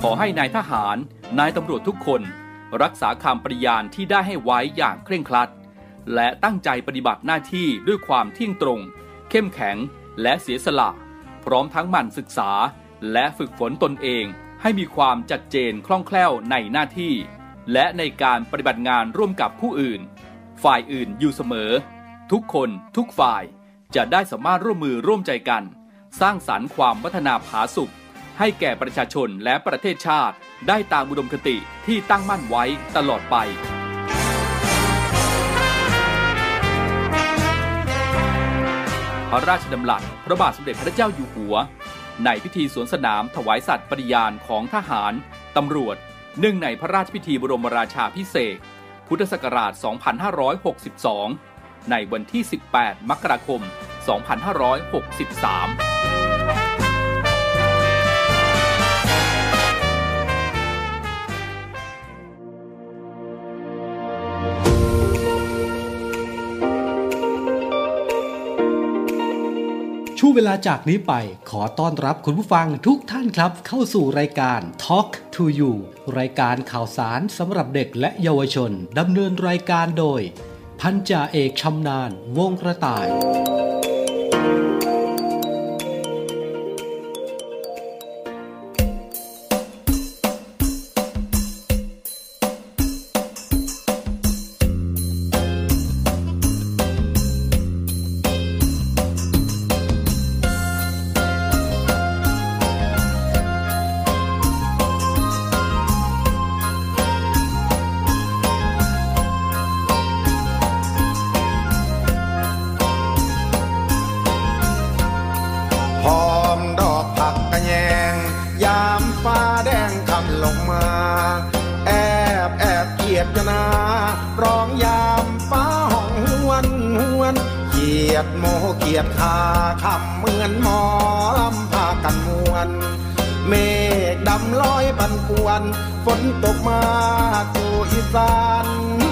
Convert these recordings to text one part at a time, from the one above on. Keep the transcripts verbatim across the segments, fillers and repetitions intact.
อให้นายทหารนายตำรวจทุกคนรักษาคำปฏิญาณที่ได้ให้ไว้อย่างเคร่งครัดและตั้งใจปฏิบัติหน้าที่ด้วยความเที่ยงตรงเข้มแข็งและเสียสละพร้อมทั้งหมั่นศึกษาและฝึกฝนตนเองให้มีความชัดเจนคล่องแคล่วในหน้าที่และในการปฏิบัติงานร่วมกับผู้อื่นฝ่ายอื่นอยู่เสมอทุกคนทุกฝ่ายจะได้สามารถร่วมมือร่วมใจกันสร้างสรรค์ความพัฒนาผาสุกให้แก่ประชาชนและประเทศชาติได้ตามอุดมคติที่ตั้งมั่นไว้ตลอดไปพระราชดำรัสพระบาทสมเด็จพระเจ้าอยู่หัวในพิธีสวนสนามถวายสัตย์ปฏิญาณของทหารตำรวจเนื่องในพระราชพิธีบรมราชาภิเษกพุทธศักราช สองพันห้าร้อยหกสิบสอง ในวันที่ สิบแปด มกราคม สองพันห้าร้อยหกสิบสามช่วงเวลาจากนี้ไปขอต้อนรับคุณผู้ฟังทุกท่านครับเข้าสู่รายการ Talk to You รายการข่าวสารสำหรับเด็กและเยาวชนดำเนินรายการโดยพันจ่าเอกชำนาญวงกระต่ายโมเกียรติคาคำเหมือนหมอลำพากันมวนเมฆดำลอยปันป่วนฝนตกมาสู่อีสาน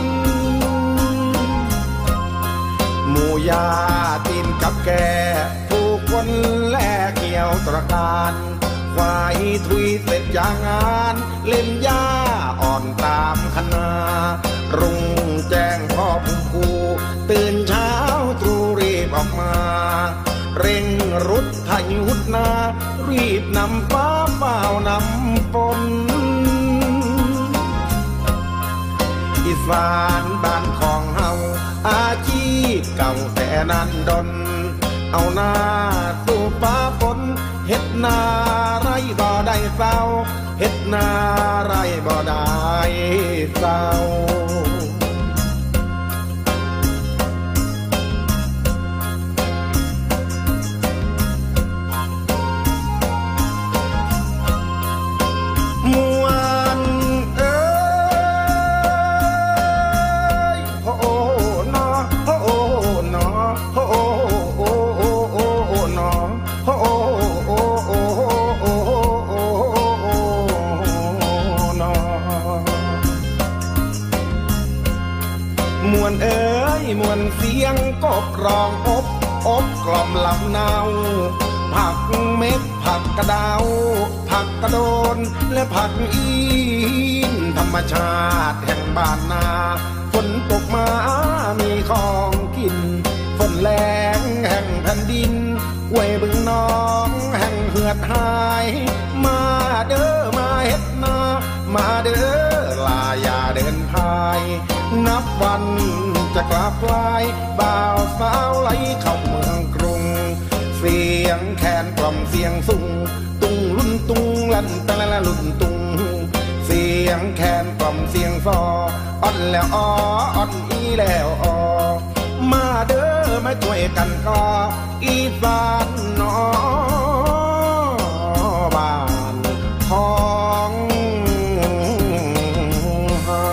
หมู่ยาตีนกับแก่ผู้คนแลเกี่ยวตระการควายทุยเสร็จจากงานเล่นหญ้าอ่อนตามคณารุ่งแจ้งพ่อผู้คูตื่นเช้าตรู่รีบออกมาเร่งรุดไถหุดนารีบนำฟ้าเฝ้านำฝนอีสานบ้านของเฮาอาชีพเก่าแต่นั้นดนเอาหน้าสู่ฟ้าฝนเฮ็ดนาไรบ่ได้เศร้าเฮ็ดนาไรบ่ได้เศร้ามวนเอ้ยโอ้นอโอ้นอโอ้โอ้โอ้โอ้โอ้นอโอ้โอ้โอ้โอ้โอ้นอมวนเอ้ยมวนเสียงกบร้องอบอบกล่อมลำเนาผักเม็ดผักกระเดาผักกระโดนและผักอีนธรรมชาติแห่งบ้านนาฝนตกมามีของกินฝนแรงแห่งแผ่นดินห้วยบึงน้องแห่งเหือดหายมาเด้อมาเฮ็ดนามาเด้อลาอย่าเดินพายนับวันจะกลับลายบ่าวสาวไหลเข้าเมืองกรุงเสียงแคนกล่อมเสียงสุ่งตุงลุ่นตุงลั่นตะละละลุ่นตุงเสียงแคนกล่อมเสียงซออ่อนแล้วอ้ออ่อนอีแล้วอ้อมาเด้อมาช่วยกันก่ออีสานน้อบ้านของเฮา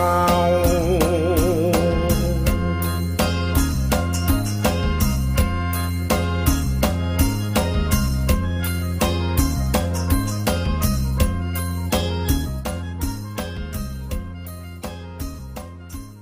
ส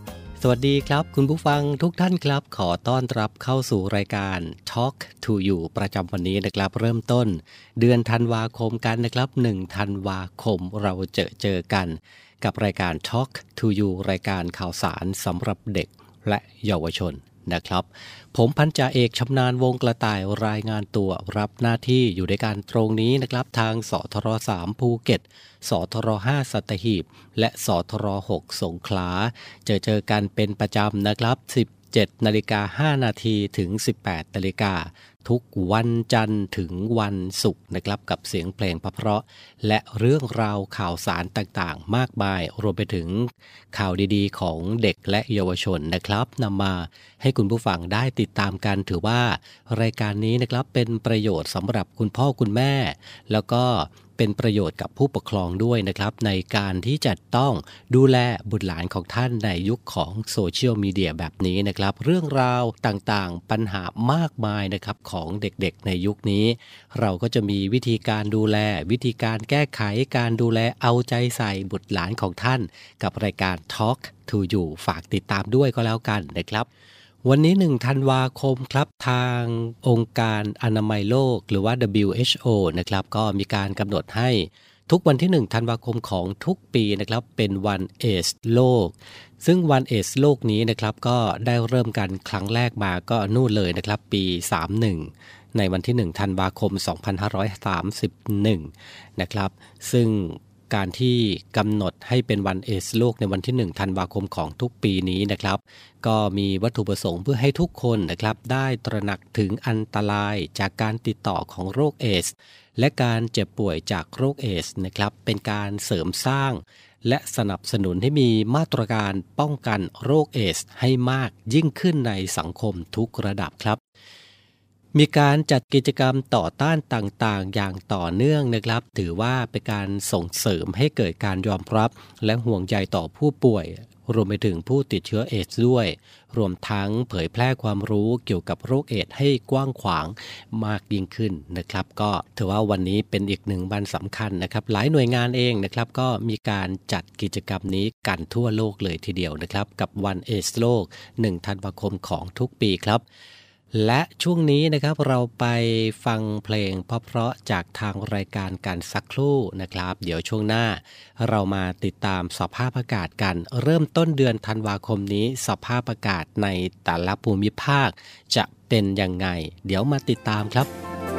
วัสดีครับคุณผู้ฟังทุกท่านครับขอต้อนรับเข้าสู่รายการ Talk to You ประจำวันนี้นะครับเริ่มต้นเดือนธันวาคมกันนะครับหนึ่งธันวาคมเราเจอเจอกันกับรายการ Talk to You รายการข่าวสารสำหรับเด็กและเยาวชนนะครับผมพันจ่าเอกชำนาญวงกระต่ายรายงานตัวรับหน้าที่อยู่ในการตรงนี้นะครับทางสทรสามภูเก็ตสทรห้าสัตหีบและสทรหกสงขลาเจอเจอกันเป็นประจำนะครับสิบเจ็ดนาฬิกาห้านาทีถึงสิบแปดนาฬิกาทุกวันจันทร์ถึงวันศุกร์นะครับกับเสียงเพลงเพราะๆและเรื่องราวข่าวสารต่างๆมากมายรวมไปถึงข่าวดีๆของเด็กและเยาวชนนะครับนำมาให้คุณผู้ฟังได้ติดตามกันถือว่ารายการนี้นะครับเป็นประโยชน์สำหรับคุณพ่อคุณแม่แล้วก็เป็นประโยชน์กับผู้ปกครองด้วยนะครับในการที่จะต้องดูแลบุตรหลานของท่านในยุคของโซเชียลมีเดียแบบนี้นะครับเรื่องราวต่างๆปัญหามากมายนะครับของเด็กๆในยุคนี้เราก็จะมีวิธีการดูแลวิธีการแก้ไขการดูแลเอาใจใส่บุตรหลานของท่านกับรายการ Talk to You ฝากติดตามด้วยก็แล้วกันนะครับวันนี้หนึ่งธันวาคมครับทางองค์การอนามัยโลกหรือว่า ดับเบิลยู เอช โอ นะครับก็มีการกำหนดให้ทุกวันที่หนึ่งธันวาคมของทุกปีนะครับเป็นวันเอดส์โลกซึ่งวันเอดส์โลกนี้นะครับก็ได้เริ่มกันครั้งแรกมาก็นู่นเลยนะครับปีสามสิบเอ็ดในวันที่หนึ่งธันวาคมสองพันห้าร้อยสามสิบเอ็ดนะครับซึ่งการที่กำหนดให้เป็นวันเอดส์โลกในวันที่หนึ่งธันวาคมของทุกปีนี้นะครับก็มีวัตถุประสงค์เพื่อให้ทุกคนนะครับได้ตระหนักถึงอันตรายจากการติดต่อของโรคเอดส์และการเจ็บป่วยจากโรคเอดส์นะครับเป็นการเสริมสร้างและสนับสนุนให้มีมาตรการป้องกันโรคเอดส์ให้มากยิ่งขึ้นในสังคมทุกระดับครับมีการจัดกิจกรรมต่อต้านต่างๆอย่างต่อเนื่องนะครับถือว่าเป็นการส่งเสริมให้เกิดการยอมรับและห่วงใยต่อผู้ป่วยรวมไปถึงผู้ติดเชื้อเอดส์ด้วยรวมทั้งเผยแพร่ความรู้เกี่ยวกับโรคเอดส์ให้กว้างขวางมากยิ่งขึ้นนะครับก็ถือว่าวันนี้เป็นอีกหนึ่งวันสำคัญนะครับหลายหน่วยงานเองนะครับก็มีการจัดกิจกรรมนี้กันทั่วโลกเลยทีเดียวนะครับกับวันเอดส์โลกหนึ่งธันวาคมของทุกปีครับและช่วงนี้นะครับเราไปฟังเพลงเพราะๆจากทางรายการกันสักครู่นะครับเดี๋ยวช่วงหน้าเรามาติดตามสภาพอากาศกันเริ่มต้นเดือนธันวาคมนี้สภาพอากาศในแต่ละภูมิภาคจะเป็นยังไงเดี๋ยวมาติดตามครับ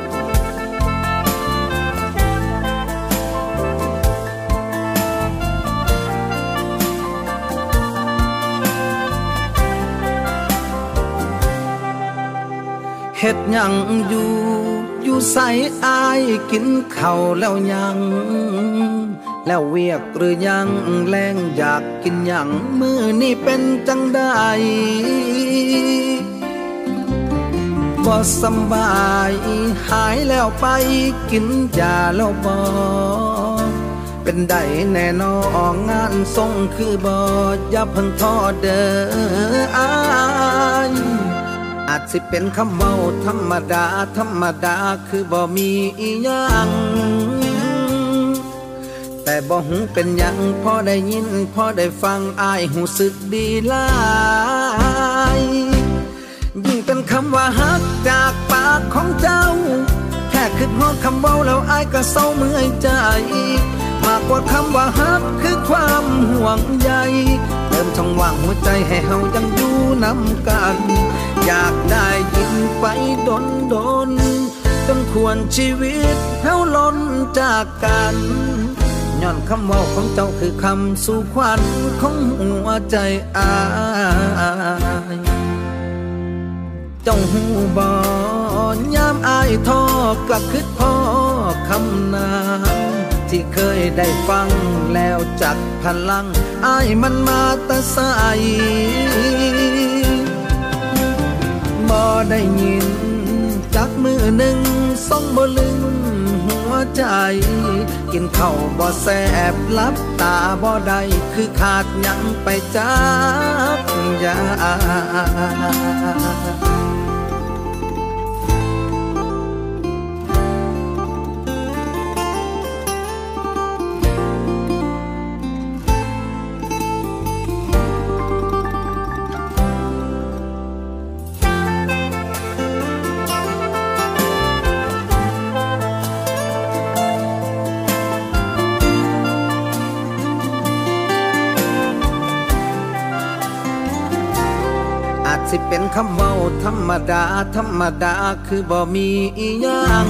เฮ็ดหยังอยู่อยู่ใส่อายกินข้าวแล้วยังแล้วเวียกหรือยังแลงอยากกินหยังมื้อนี้เป็นจังได๋บ่สำบายหายแล้วไปกินยาแล้วบ่เป็นได้แน่นอนงานส่งคือบ่อย่าเพิ่งท้อเด้ออายอาจสิเป็นคำเว้าธรรมดาธรรมดาคือบ่มีอีหยังแต่บ่ฮู้เป็นหยังพอได้ยินพอได้ฟังอ้ายรู้สึกดีหลายยิ่งเป็นคำว่าฮักจากปากของเจ้าแค่คิดฮอดคำเว้าแล้วอ้ายก็เศร้าเมื่อยใจมากกว่าคำว่าฮักคือความห่วงใยเติมช่องว่างหัวใจให้เฮายังอยู่นำกันอยากได้ยินไปดนดนจนควรชีวิตเฮาล้นจากกันย้อนคำเว้าของเจ้าคือคำสู่ขวัญของหัวใจอายเจ้าหูบ่ยามอายท้อก็คิดพ่อคำนั้นที่เคยได้ฟังแล้วจักพลังอ้ายมันมาแต่ไสบ่ได้ยินจักมือหนึ่งส่องบ่ลึงหัวใจกินข้าวบ่แซ่บลับตาบ่ได้คือขาดหยังไปจักอย่างสิเป็นคำเว้าธรรมดาธรรมดาคือบ่มีอีหยัง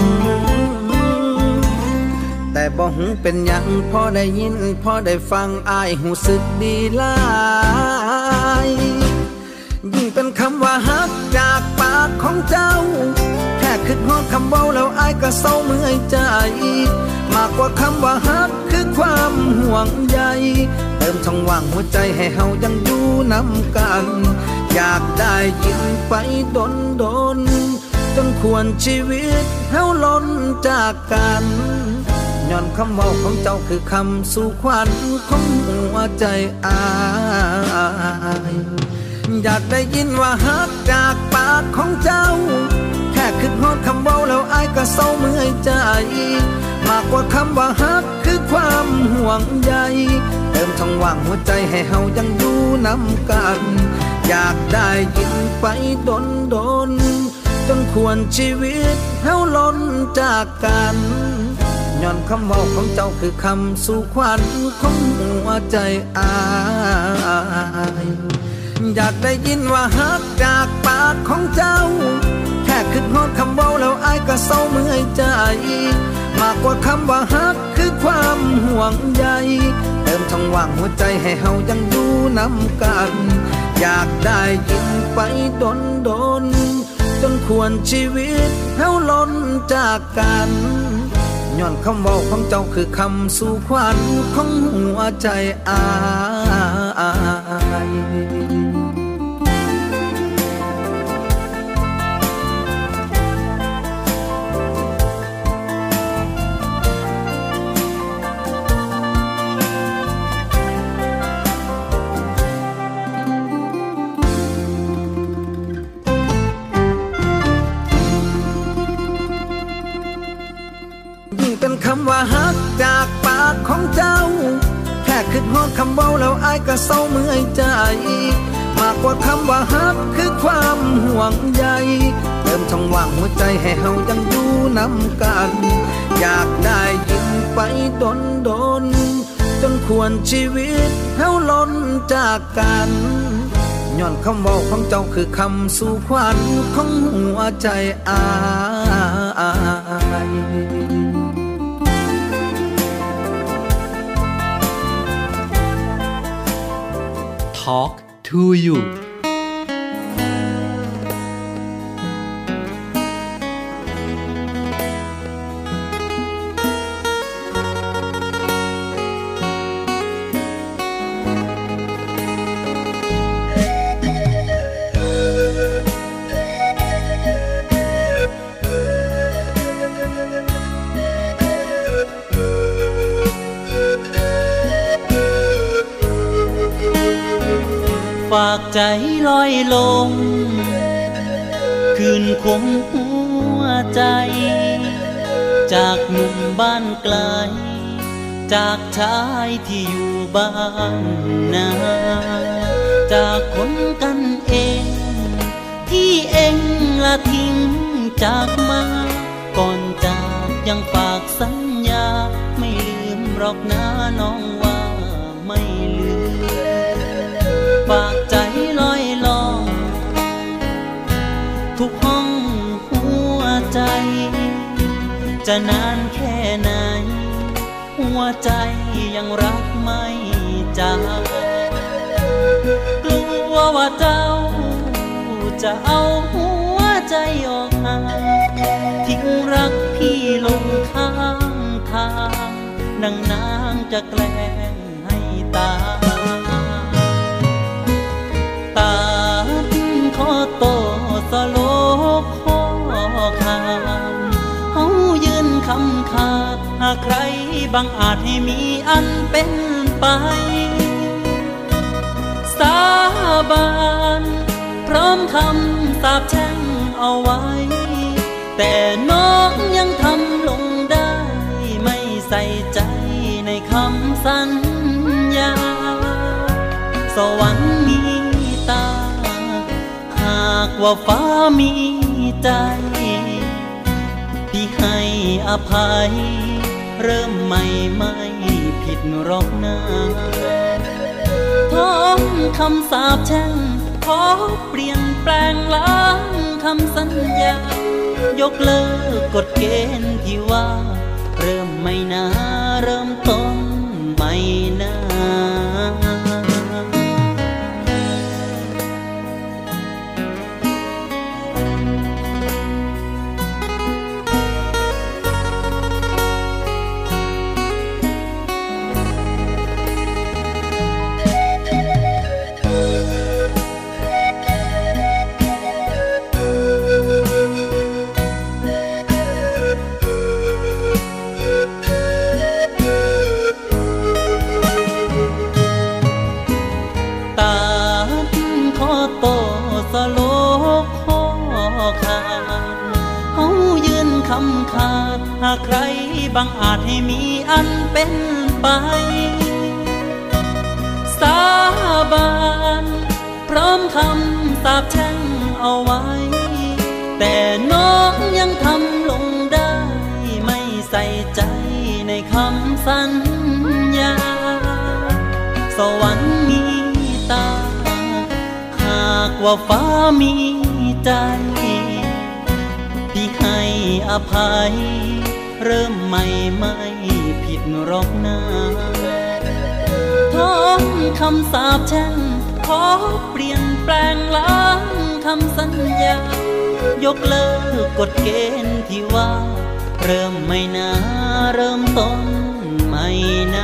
แต่บ่หูเป็นหยังพอได้ยินพอได้ฟังอ้ายหูสึกดีหลายยิ่งเป็นคำว่าฮักจากปากของเจ้าแค่คิดฮอดคำเว้าแล้วอ้ายก็เศร้าเมื่อยใจมากกว่าคำว่าฮักคือความห่วงใยเติมช่องว่างหัวใจให้เฮายังอยู่นำกันอยากได้ยินไปดนดนจนควรชีวิตเฮาล้นจากกันย้อนคำเว้าของเจ้าคือคำสู่ขวัญของหัวใจอ้ายอยากได้ยินว่าฮักจากปากของเจ้าแค่คิดฮอดคำเว้าแล้วอ้ายก็เศร้าเมื่อยใจมากกว่าคำว่าฮักคือความห่วงใยเติมช่องว่างหัวใจให้เฮายังอยู่นำกันอยากได้ยินไปดนดนจนควรชีวิตเฮาล้นจากกันย้อนคำเว้าของเจ้าคือคำสู่ขวัญของหัวใจอ้ายอยากได้ยินว่าฮักจากปากของเจ้าแค่คิดฮอดคำเว้าแล้วอ้ายก็เศร้าเมื่อยใจมากกว่าคำว่าฮักคือความห่วงใยเติมช่องว่างหัวใจให้เฮายังอยู่นำกันอยากได้ยินไปดนดนจนควรชีวิตเฮาล้นจากกันย้อนคำเว้าของเจ้าคือคำสู่ขวัญของหัวใจอ้ายเป็นคำว่าฮักจากปากของเจ้าแค่คิดฮอดคำเว้าแล้วอ้ายก็เศร้าเมื่อยใจมากกว่าคำว่าฮักคือความห่วงใยเติมช่องว่างหัวใจให้เฮายังอยู่นำกันอยากได้ยินไปดนดนจนควรชีวิตเฮาล้นจากกันย้อนคำเว้าของเจ้าคือคำสู่ขวัญของหัวใจอ้าย Talk to you ฝากใจลอยลงคืนคมหัวใจจากหนุ่มบ้านไกลจากชายที่อยู่บ้านนาจากคนกันเองที่เองละทิ้งจากมาก่อนจากยังฝากสัญญาไม่ลืมหรอกนะน้องว่าไม่ลืมฝากใจลอยลองทุกห้องหัวใจจะนานแค่ไหนหัวใจยังรักไม่จางกลัวว่าเจ้าจะเอาหัวใจออกห่างทิ้งรักพี่ลงข้างทางนางนางจะแกล้งให้ตาตาขอโตสโลกขอคามเฮายืนคำขาดหากใครบางอาจให้มีอันเป็นไปสาบานพร้อมคำสาปแช่งเอาไว้แต่น้องยังทำลงได้ไม่ใส่ใจในคำสัญญาสวรรค์มีตาหากว่าฟ้ามีใจพี่ให้อภัยเริ่มใหม่ไม่ผิดหรอกนะท้องคำสาปแช่งขอเปลี่ยนแปลงล้างคำสัญญายกเลิกกฎเกณฑ์ที่ว่าเริ่มไม่นาเริ่มต้นไม่นาหากใครบังอาจให้มีอันเป็นไปสาบานพร้อมคำสาปแช่งเอาไว้แต่น้องยังทำลงได้ไม่ใส่ใจในคำสัญญาสวรรค์มีตาหากว่าฟ้ามีใจที่ให้อภัยเริ่มใหม่ไม่ผิดหรอกนะท้องคำสาปแช่งขอเปลี่ยนแปลงล้างคำสัญญายกเลิกกฎเกณฑ์ที่ว่าเริ่มไม่นาเริ่มต้นไม่นา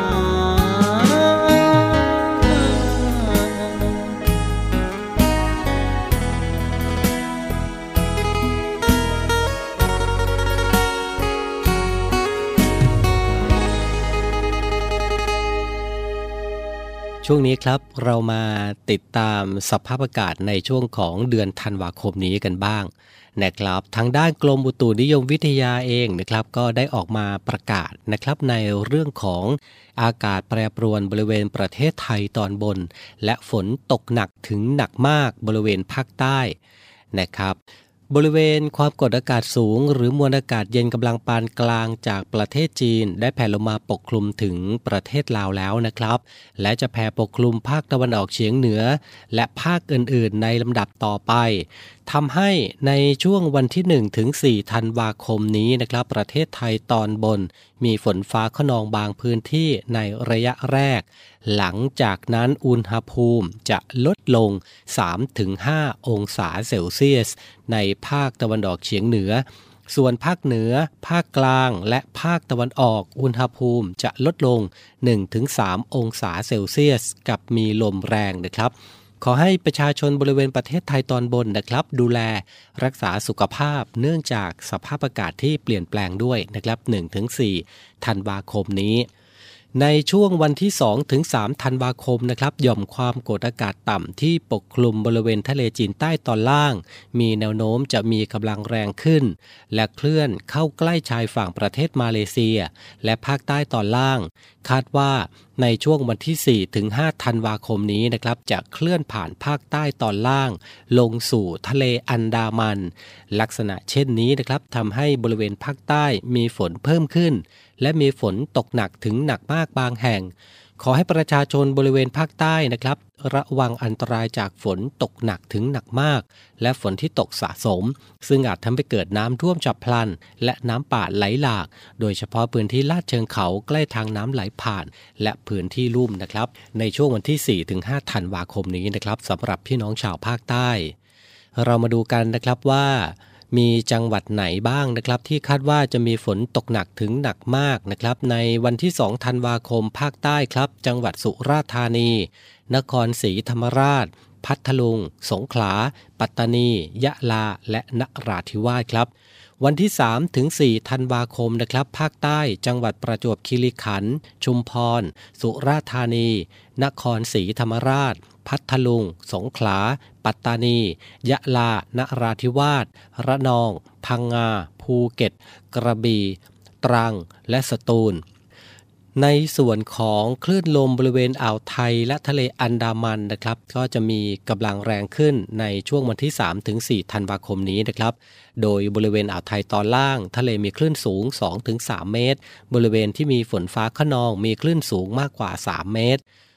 ช่วงนี้ครับเรามาติดตามสภาพอากาศในช่วงของเดือนธันวาคมนี้กันบ้างนะครับทางด้านกรมอุตุนิยมวิทยาเองนะครับก็ได้ออกมาประกาศนะครับในเรื่องของอากาศแปรปรวนบริเวณประเทศไทยตอนบนและฝนตกหนักถึงหนักมากบริเวณภาคใต้นะครับบริเวณความกดอากาศสูงหรือมวลอากาศเย็นกำลังปานกลางจากประเทศจีนได้แผ่ลงมาปกคลุมถึงประเทศลาวแล้วนะครับและจะแผ่ปกคลุมภาคตะวันออกเฉียงเหนือและภาคอื่นๆในลำดับต่อไปทำให้ในช่วงวันที่หนึ่งถึงสี่ธันวาคมนี้นะครับประเทศไทยตอนบนมีฝนฟ้าคะนองบางพื้นที่ในระยะแรกหลังจากนั้นอุณหภูมิจะลดลง สามถึงห้า องศาเซลเซียสในภาคตะวันออกเฉียงเหนือส่วนภาคเหนือภาคกลางและภาคตะวันออกอุณหภูมิจะลดลง หนึ่งถึงสาม องศาเซลเซียสกับมีลมแรงนะครับขอให้ประชาชนบริเวณประเทศไทยตอนบนนะครับดูแลรักษาสุขภาพเนื่องจากสภาพอากาศที่เปลี่ยนแปลงด้วยนะครับ หนึ่งถึงสี่ ธันวาคมนี้ในช่วงวันที่ สองถึงสาม ธันวาคมนะครับหย่อมความกดอากาศต่ำที่ปกคลุมบริเวณทะเลจีนใต้ตอนล่างมีแนวโน้มจะมีกำลังแรงขึ้นและเคลื่อนเข้าใกล้ชายฝั่งประเทศมาเลเซียและภาคใต้ตอนล่างคาดว่าในช่วงวันที่ สี่ถึงห้า ธันวาคมนี้นะครับจะเคลื่อนผ่านภาคใต้ตอนล่างลงสู่ทะเลอันดามันลักษณะเช่นนี้นะครับทำให้บริเวณภาคใต้มีฝนเพิ่มขึ้นและมีฝนตกหนักถึงหนักมากบางแห่งขอให้ประชาชนบริเวณภาคใต้นะครับระวังอันตรายจากฝนตกหนักถึงหนักมากและฝนที่ตกสะสมซึ่งอาจทำให้เกิดน้ำท่วมฉับพลันและน้ำป่าไหลหลากโดยเฉพาะพื้นที่ลาดเชิงเขาใกล้ทางน้ำไหลผ่านและพื้นที่ลุ่มนะครับในช่วงวันที่ สี่ถึงห้า ธันวาคมนี้นะครับสำหรับพี่น้องชาวภาคใต้เรามาดูกันนะครับว่ามีจังหวัดไหนบ้างนะครับที่คาดว่าจะมีฝนตกหนักถึงหนักมากนะครับในวันที่ สอง ธันวาคมภาคใต้ครับจังหวัดสุราษฎร์ธานีนครศรีธรรมราชพัทลุงสงขลาปัตตานียะลาและนราธิวาสครับวันที่ สามถึงสี่ ธันวาคมนะครับภาคใต้จังหวัดประจวบคีรีขันธ์ชุมพรสุราษฎร์ธานีนครศรีธรรมราชพัทลุงสงขลาปัตตานียะลานราธิวาสระนองพังงาภูเก็ตกระบี่ตรังและสตูลในส่วนของคลื่นลมบริเวณอ่าวไทยและทะเลอันดามันนะครับก็จะมีกำลังแรงขึ้นในช่วงวันที่ สามถึงสี่ ธันวาคมนี้นะครับโดยบริเวณอ่าวไทยตอนล่างทะเลมีคลื่นสูง สองถึงสาม เมตรบริเวณที่มีฝนฟ้าคะนองมีคลื่นสูงมากกว่าสามเมตร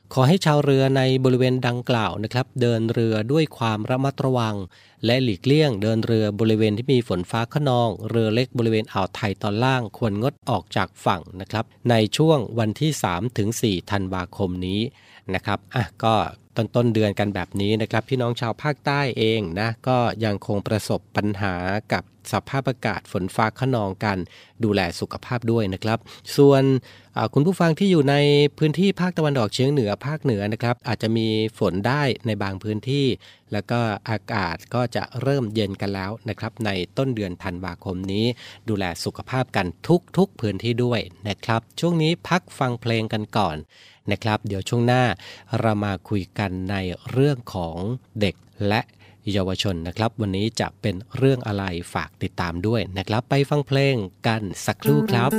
ขอให้ชาวเรือในบริเวณดังกล่าวนะครับเดินเรือด้วยความระมัดระวังและหลีกเลี่ยงเดินเรือบริเวณที่มีฝนฟ้าคะนองเรือเล็กบริเวณอ่าวไทยตอนล่างควรงดออกจากฝั่งนะครับในช่วงวันที่สามถึงสี่ธันวาคมนี้นะครับอ่ะก็ต้นต้นเดือนกันแบบนี้นะครับพี่น้องชาวภาคใต้เองนะก็ยังคงประสบปัญหากับสภาพอากาศฝนฟ้าคะนองกันดูแลสุขภาพด้วยนะครับส่วนคุณผู้ฟังที่อยู่ในพื้นที่ภาคตะวันออกเฉียงเหนือภาคเหนือนะครับอาจจะมีฝนได้ในบางพื้นที่แล้วก็อากาศก็จะเริ่มเย็นกันแล้วนะครับในต้นเดือนธันวาคมนี้ดูแลสุขภาพกันทุกๆพื้นที่ด้วยนะครับช่วงนี้พักฟังเพลงกันก่อนนะครับเดี๋ยวช่วงหน้าเรามาคุยกันในเรื่องของเด็กและเยาวชนนะครับวันนี้จะเป็นเรื่องอะไรฝากติดตามด้วยนะครับไปฟังเพลงกันสักครู่ครับ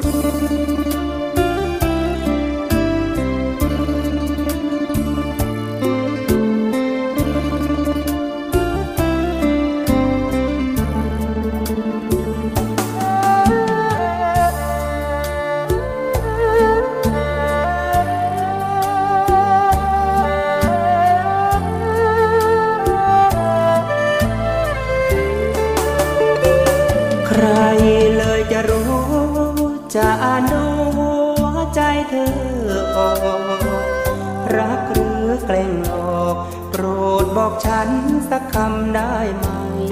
จะอ่านดูหัวใจเธอออกรักหรือเกรงออกโปรดบอกฉันสักคำได้ไหม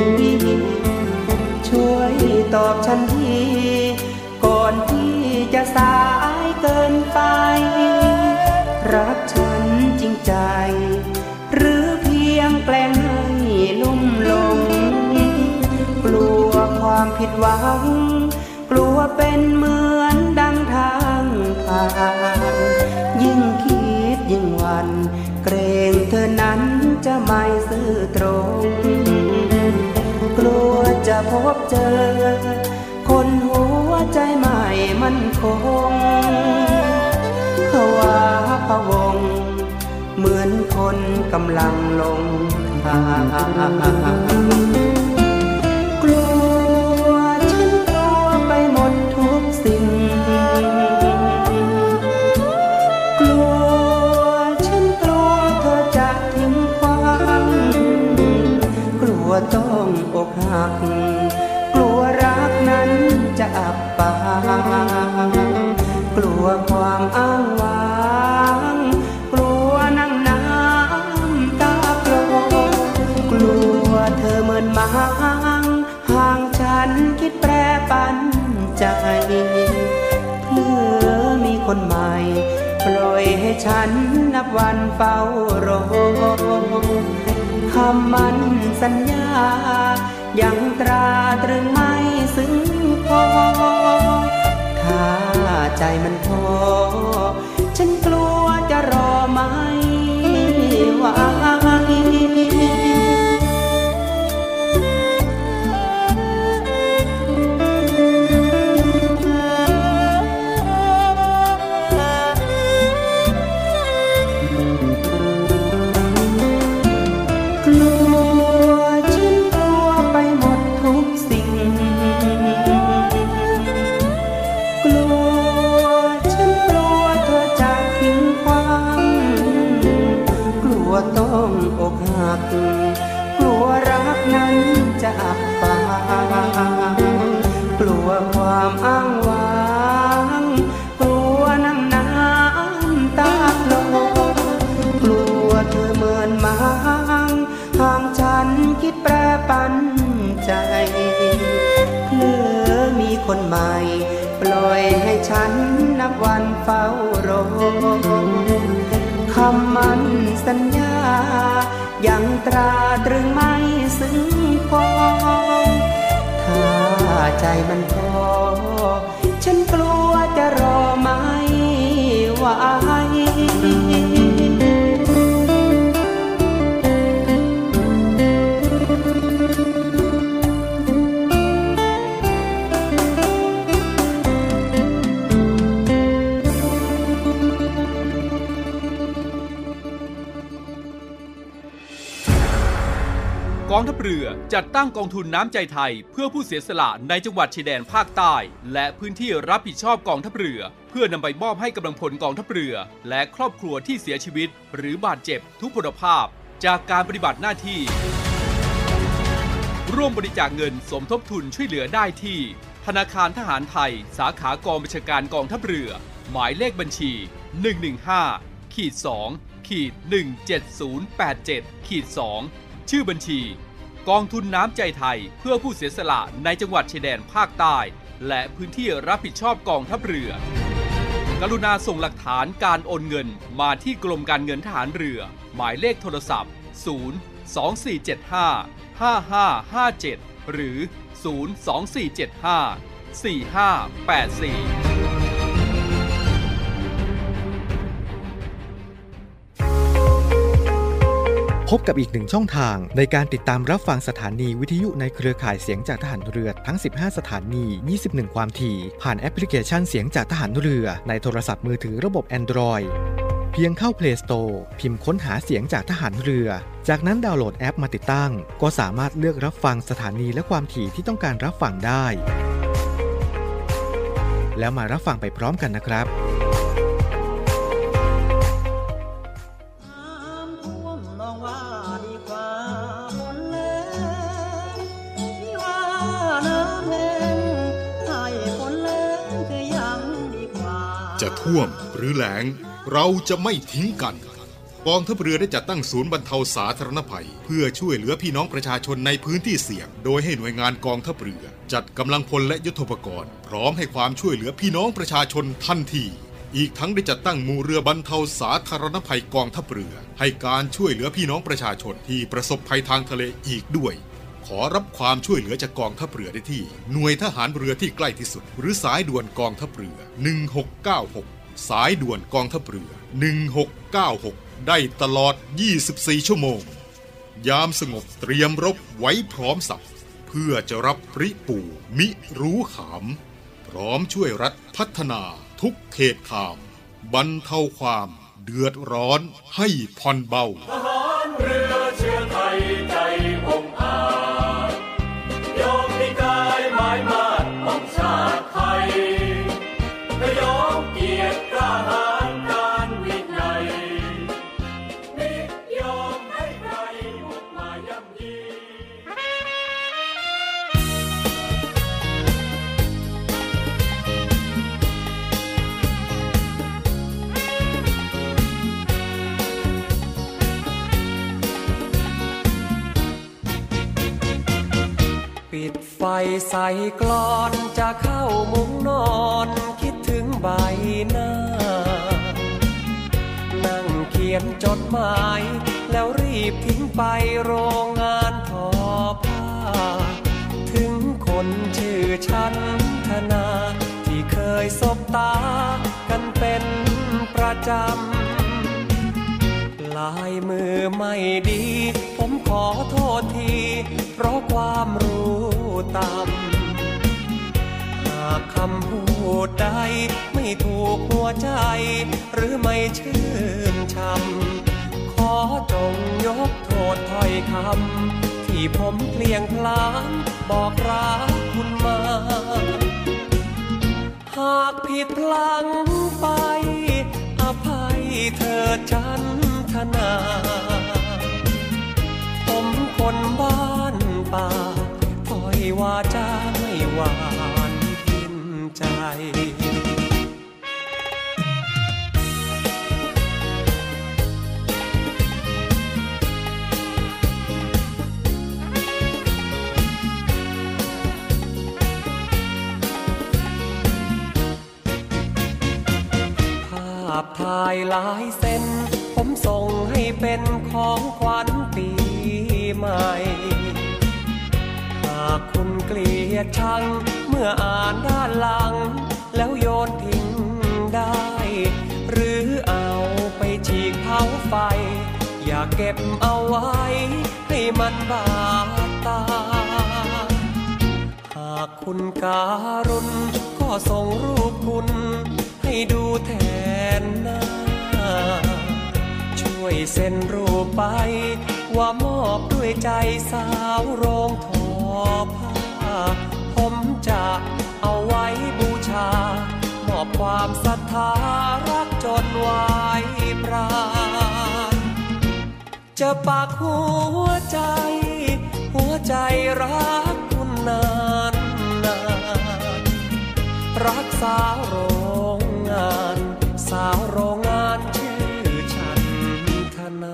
ช่วยตอบฉันทีก่อนที่จะสายเกินไปรักฉันจริงใจหรือเพียงแกล้งให้ลุ่มหลงกลัวความผิดหวังกลัวเป็นเหมือนดังทางผ่านยิ่งคิดยิ่งหวั่นเกรงเธอนั้นจะไม่ซื่อตรงกลัวจะพบเจอคนหัวใจใหม่มั่นคงภาวะพะวงเหมือนคนกำลังลงทางกลัวฉันกลัวไปหมดทุกสิ่งกลัวฉันกลัวเธอจะทิ้งขว้างกลัวต้องอกหักกลัวรักนั้นจะอับปางกลัวความอ้างว้างกลัวนั่งน้ำตาโปรกลัวเธอเหมือนมางห่างฉันคิดแปรปันใจเพื่อมีคนใหม่ปล่อยให้ฉันนับวันเฝ้ารอคำมั่นสัญญายังตราตรึงไม่ซึ้งพอถ้าใจมันพอฉันกลัวจะรอไม่ไหวต้องอกหักกลัวรักนั้นจะอับปางกลัวความอ้างว้างกลัวน้ำน้ำตาโปรกลัวเธอเหมือนมางห่างฉันคิดแปรปันใจเพื่อมีคนใหม่ปล่อยให้ฉันนับวันเฝ้ารอคำมั่นสัญญายังตราตรึงไม่ซึ้งพอถ้าใจมันพอฉันกลัวจะรอไม่ไหวกองทัพเรือจัดตั้งกองทุนน้ำใจไทยเพื่อผู้เสียสละในจังหวัดชายแดนภาคใต้และพื้นที่รับผิดชอบกองทัพเรือเพื่อนำไปมอบให้กำลังพลกองทัพเรือและครอบครัวที่เสียชีวิตหรือบาดเจ็บทุพพลภาพจากการปฏิบัติหน้าที่ร่วมบริจาคเงินสมทบทุนช่วยเหลือได้ที่ธนาคารทหารไทยสาขากองบัญชาการกองทัพเรือหมายเลขบัญชี หนึ่ง หนึ่ง ห้า สอง หนึ่ง เจ็ด ศูนย์ แปด เจ็ด สอง ชื่อบัญชีกองทุนน้ำใจไทยเพื่อผู้เสียสละในจังหวัดชายแดนภาคใต้และพื้นที่รับผิดชอบกองทัพเรือกรุณาส่งหลักฐานการโอนเงินมาที่กรมการเงินทหารเรือหมายเลขโทรศัพท์ ศูนย์ สอง สี่ เจ็ด ห้า ห้า ห้า ห้า เจ็ด หรือ ศูนย์ สอง สี่ เจ็ด ห้า สี่ ห้า แปด สี่พบกับอีกหนึ่งช่องทางในการติดตามรับฟังสถานีวิทยุในเครือข่ายเสียงจากทหารเรือทั้งสิบห้าสถานี ยี่สิบเอ็ด ความถี่ผ่านแอปพลิเคชันเสียงจากทหารเรือในโทรศัพท์มือถือระบบ Android เพียงเข้า Play Store พิมพ์ค้นหาเสียงจากทหารเรือจากนั้นดาวน์โหลดแอปมาติดตั้งก็สามารถเลือกรับฟังสถานีและความถี่ที่ต้องการรับฟังได้แล้วมารับฟังไปพร้อมกันนะครับจะท่วมหรือแล้งเราจะไม่ทิ้งกันกองทัพเรือได้จัดตั้งศูนย์บรรเทาสาธารณภัยเพื่อช่วยเหลือพี่น้องประชาชนในพื้นที่เสี่ยงโดยให้หน่วยงานกองทัพเรือจัดกำลังพลและยุทโธปกรณ์พร้อมให้ความช่วยเหลือพี่น้องประชาชนทันทีอีกทั้งได้จัดตั้งหมู่เรือบรรเทาสาธารณภัยกองทัพเรือให้การช่วยเหลือพี่น้องประชาชนที่ประสบภัยทางทะเลอีกด้วยขอรับความช่วยเหลือจากกองทัพเรือได้ที่หน่วยทหารเรือที่ใกล้ที่สุดหรือสายด่วนกองทัพเรือหนึ่งหกเก้าหกสายด่วนกองทัพเรือหนึ่งหกเก้าหกได้ตลอดยี่สิบสี่ชั่วโมงยามสงบเตรียมรบไว้พร้อมสับเพื่อจะรับปริปู่มิรู้ขามพร้อมช่วยรัฐพัฒนาทุกเขตขามบรรเทาความเดือดร้อนให้ผ่อนเบาทหารเรือเชื้อไทยใจองอาจยอมมีกายหมายมาดของชาติไทยยอมเกียรติทหารการวินัยนิยอมให้ใครบุกมาย่ำยีปิดไฟใส่กลอนจะเข้ามุ้งนอนคิดถึงใบหน้านั่งเขียนจดหมายแล้วรีบทิ้งไปโรงงานทอผ้าถึงคนชื่อฉันธนาที่เคยสบตากันเป็นประจำลายมือไม่ดีผมขอโทษทีเพราะความรู้ต่ำหากคำพูดใดไม่ถูกหัวใจหรือไม่ชื่นชำขอจงยกโทษถ้อยคำที่ผมเพลียงพลางบอกรักคุณมาหากผิดพลั้งไปอภัยเถิดฉันธนาผมคนบ้านป่าถ้อยวาจาไม่หวานพินใจภาพถ่ายหลายเส้นผมส่งให้เป็นของขวัญปีใหม่หากคุณเกลียดชังเมื่ออ่านด้านหลังแล้วโยนทิ้งได้หรือเอาไปฉีกเผาไฟอย่าเก็บเอาไว้ให้มันบาดตาหากคุณการุณก็ส่งรูปคุณให้ดูแทนหน้าช่วยเซ็นรูปไปว่ามอบด้วยใจสาวโรงทอผ้าผมจะเอาไว้บูชามอบความศรัทธารักจนไว้ปราณจะปากหัวใจหัวใจรักคุณนานนานรักสาวโรงงานสาวโรงงานชื่อฉันธนา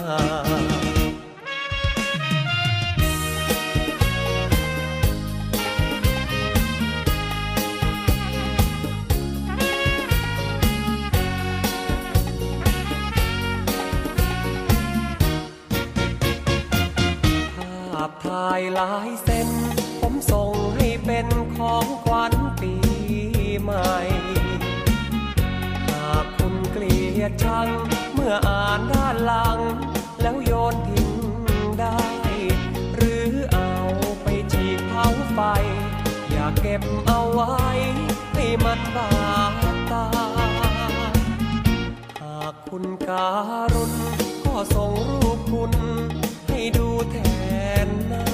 ถ่ายลายเส้นผมส่งให้เป็นของขวัญปีใหม่หากคุณเกลียดชังเมื่ออ่านด้านหลังแล้วโยนทิ้งได้หรือเอาไปฉีกเผาไฟอย่าเก็บเอาไว้ให้มันบาดตาหากคุณการุณก็ส่งรูปคุณให้ดูแทนหน้า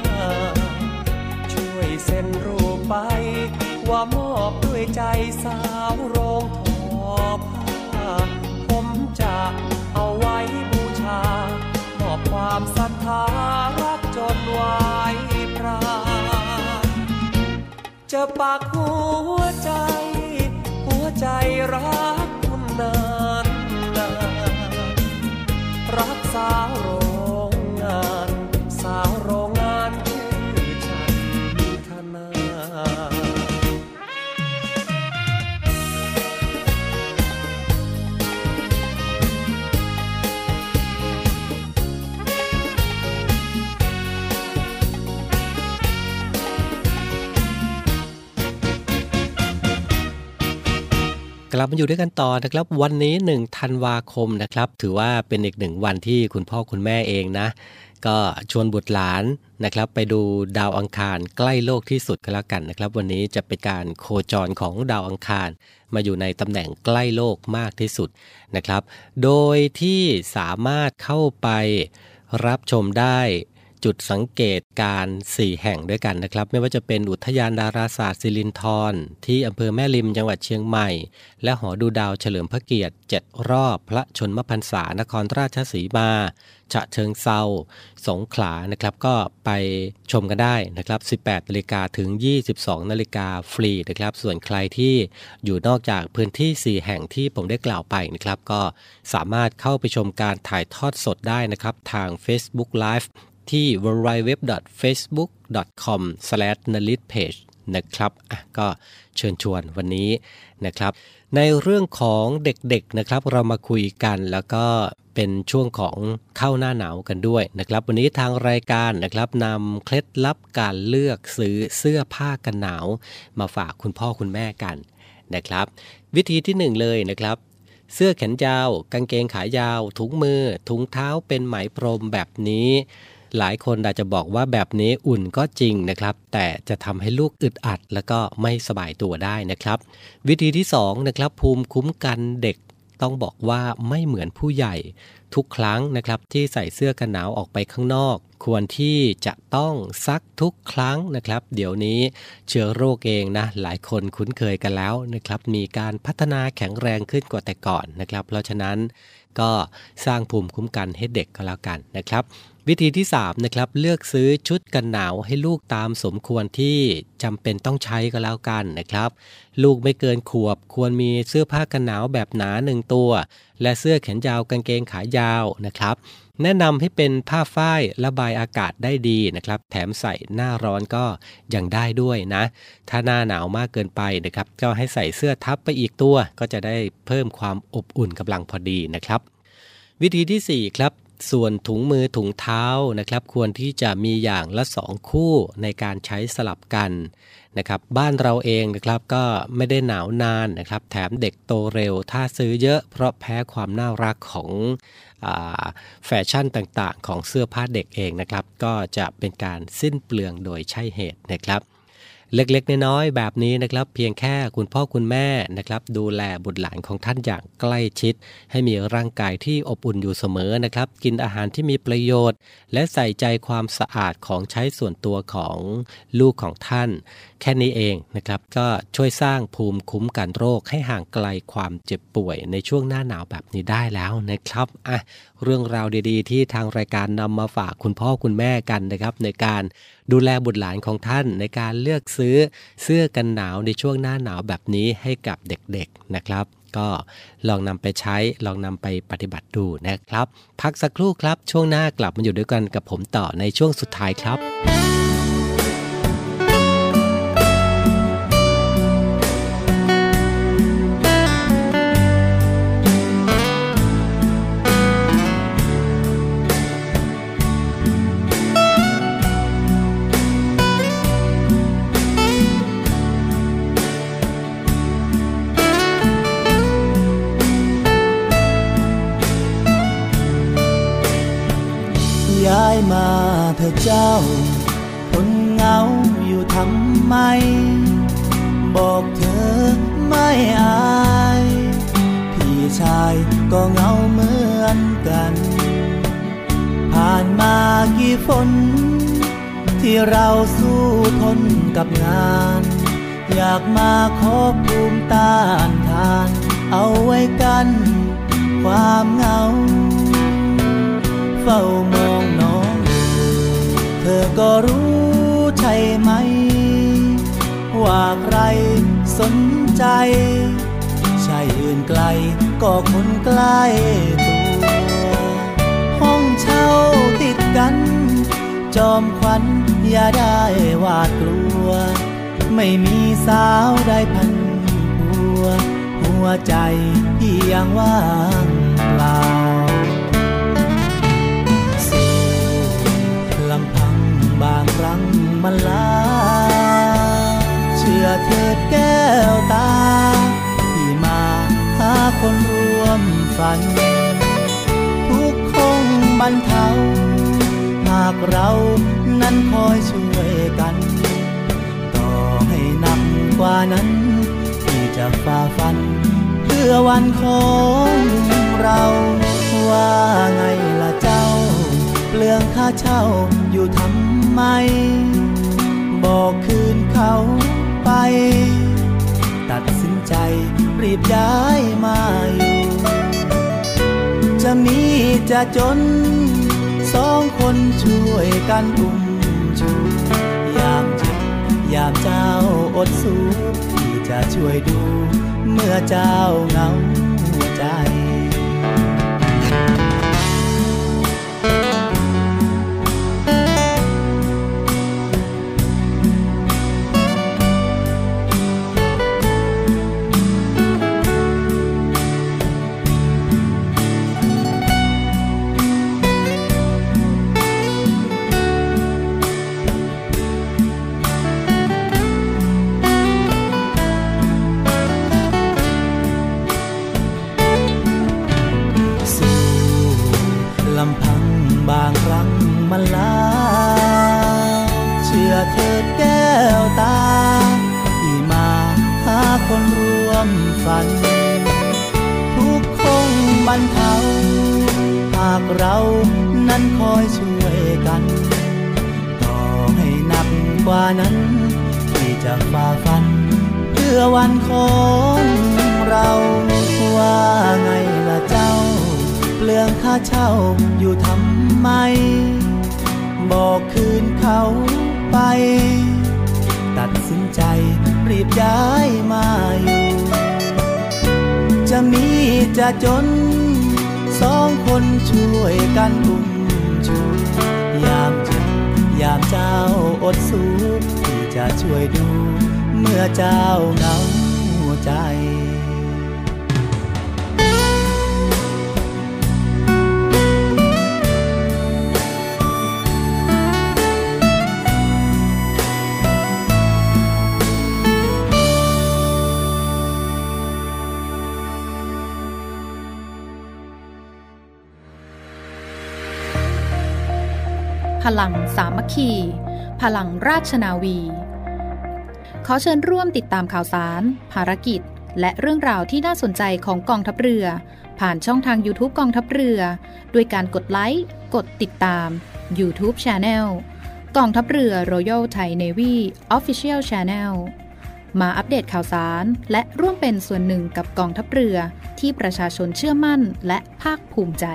ช่วยเซ็นรูปไปว่ามอบด้วยใจสาวโรงทอผ้าผมจะเอาไว้บูชามอบความศรัทธารักจนไว้ปราณจะปากหัวใจหัวใจรักคุณนานนานรักสาวโรงงานสาวโรงงานชื่อฉันธนากลับมาอยู่ด้วยกันต่อนะครับวันนี้หนึ่งธันวาคมนะครับถือว่าเป็นอีกหนึ่งวันที่คุณพ่อคุณแม่เองนะก็ชวนบุตรหลานนะครับไปดูดาวอังคารใกล้โลกที่สุดกันแล้วกันนะครับวันนี้จะเป็นการโคจรของดาวอังคารมาอยู่ในตำแหน่งใกล้โลกมากที่สุดนะครับโดยที่สามารถเข้าไปรับชมได้จุดสังเกตการสี่แห่งด้วยกันนะครับไม่ว่าจะเป็นอุทยานดาราศาสตร์สิรินธรที่อำเภอแม่ริมจังหวัดเชียงใหม่และหอดูดาวเฉลิมพระเกียรติเจ็ดรอบพระชนมพรรษานครราชสีมาฉะเชิงเทราสงขลานะครับก็ไปชมกันได้นะครับ สิบแปดนาฬิกา ถึง ยี่สิบสองนาฬิกาฟรีนะครับส่วนใครที่อยู่นอกจากพื้นที่สี่แห่งที่ผมได้กล่าวไปนะครับก็สามารถเข้าไปชมการถ่ายทอดสดได้นะครับทาง Facebook Liveที่ ดับเบิลยู ดับเบิลยู ดับเบิลยู ดอท เฟซบุ๊ก ดอท คอม สแลช นลิตเพจ นะครับอ่ะก็เชิญชวนวันนี้นะครับในเรื่องของเด็กๆนะครับเรามาคุยกันแล้วก็เป็นช่วงของเข้าหน้าหนาวกันด้วยนะครับวันนี้ทางรายการนะครับนำเคล็ดลับการเลือกซื้อเสื้อผ้ากันหนาวมาฝากคุณพ่อคุณแม่กันนะครับวิธีที่หนึ่งเลยนะครับเสื้อแขนยาวกางเกงขายาวถุงมือถุงเท้าเป็นไหมพรมแบบนี้หลายคนอาจจะบอกว่าแบบนี้อุ่นก็จริงนะครับแต่จะทำให้ลูกอึดอัดแล้วก็ไม่สบายตัวได้นะครับวิธีที่สองนะครับภูมิคุ้มกันเด็กต้องบอกว่าไม่เหมือนผู้ใหญ่ทุกครั้งนะครับที่ใส่เสื้อกันหนาวออกไปข้างนอกควรที่จะต้องซักทุกครั้งนะครับเดี๋ยวนี้เชื้อโรคเองนะหลายคนคุ้นเคยกันแล้วนะครับมีการพัฒนาแข็งแรงขึ้นกว่าแต่ก่อนนะครับเพราะฉะนั้นก็สร้างภูมิคุ้มกันให้เด็กก็แล้วกันนะครับวิธีที่สามนะครับเลือกซื้อชุดกันหนาวให้ลูกตามสมควรที่จำเป็นต้องใช้ก็แล้วกันนะครับลูกไม่เกินขวบควรมีเสื้อผ้ากันหนาวแบบหนาหนึ่งตัวและเสื้อแขนยาวกางเกงขายาวนะครับแนะนำให้เป็นผ้าฝ้ายระบายอากาศได้ดีนะครับแถมใส่หน้าร้อนก็ยังได้ด้วยนะถ้าหน้าหนาวมากเกินไปนะครับก็ให้ใส่เสื้อทับไปอีกตัวก็จะได้เพิ่มความอบอุ่นกำลังพอดีนะครับวิธีที่สี่ครับส่วนถุงมือถุงเท้านะครับควรที่จะมีอย่างละสองคู่ในการใช้สลับกันนะครับบ้านเราเองนะครับก็ไม่ได้หนาวนานนะครับแถมเด็กโตเร็วถ้าซื้อเยอะเพราะแพ้ความน่ารักของอ่าแฟชั่นต่างๆของเสื้อผ้าเด็กเองนะครับก็จะเป็นการสิ้นเปลืองโดยใช่เหตุนะครับเล็กๆน้อยๆแบบนี้นะครับเพียงแค่คุณพ่อคุณแม่นะครับดูแลบุตรหลานของท่านอย่างใกล้ชิดให้มีร่างกายที่อบอุ่นอยู่เสมอนะครับกินอาหารที่มีประโยชน์และใส่ใจความสะอาดของใช้ส่วนตัวของลูกของท่านแค่นี้เองนะครับก็ช่วยสร้างภูมิคุ้มกันโรคให้ห่างไกลความเจ็บป่วยในช่วงหน้าหนาวแบบนี้ได้แล้วนะครับอ่ะเรื่องราวดีๆที่ทางรายการนำมาฝากคุณพ่อคุณแม่กันนะครับในการดูแลบุตรหลานของท่านในการเลือกซื้อเสื้อกันหนาวในช่วงหน้าหนาวแบบนี้ให้กับเด็กๆนะครับก็ลองนำไปใช้ลองนำไปปฏิบัติดูนะครับพักสักครู่ครับช่วงหน้ากลับมาอยู่ด้วยกันกับผมต่อในช่วงสุดท้ายครับย้ายมาเธอเจ้าคนเหงาอยู่ทำไมบอกเธอไม่อายพี่ชายก็เหงาเหมือนกันผ่านมากี่ฝนที่เราสู้ทนกับงานอยากมาขอภูมิต้านทานเอาไว้กันความเหงาเฝ้ามองน้องเธอก็รู้ใช่ไหมว่าใครสนใจใช่อื่นไกลก็คนใกล้ตัวห้องเช่าติดกันจอมขวัญอย่าได้หวาดกลัวไม่มีสาวได้พันหัวหัวใจที่ยังว่างเปล่าบางครั้งมันลาเชื่อเถิดแก้วตาที่มาหาคนร่วมฝันทุกคงบรรเทาหากเรานั้นคอยช่วยกันต่อให้หนักกว่านั้นที่จะฝ่าฟันเพื่อวันของเราว่าไงล่ะเจ้าเปลืองค่าเช่าอยู่ทำไมบอกคืนเขาไปตัดสินใจรีบย้ายมาอยู่จะมีจะจนสองคนช่วยกันอุ้มชูยามเจ็บยามเจ้าอดสู้ที่จะช่วยดูเมื่อเจ้าเหงาใจบางครั้งมันลาเชื่อเถิดแก้วตาที่มาหาคนร่วมฝันทุกคงบรรเทาหากเรานั้นคอยช่วยกันต่อให้หนักกว่านั้นที่จะฝ่าฟันเพื่อวันของเราว่าไงล่ะเจ้าเปลืองค่าเช่าอยู่ทำไมบอกคืนเขาไปตัดสินใจรีบย้ายมาอยู่จะมีจะจนสองคนช่วยกันอุ้มชูยามเจ็บยามเจ้าอดสู้ที่จะช่วยดูเมื่อเจ้าเหงาใจพลังสามัคคีพลังราชนาวีขอเชิญร่วมติดตามข่าวสารภารกิจและเรื่องราวที่น่าสนใจของกองทัพเรือผ่านช่องทาง YouTube กองทัพเรือด้วยการกดไลค์กดติดตาม YouTube Channel กองทัพเรือ Royal Thai Navy Official Channel มาอัปเดตข่าวสารและร่วมเป็นส่วนหนึ่งกับกองทัพเรือที่ประชาชนเชื่อมั่นและภาคภูมิใจ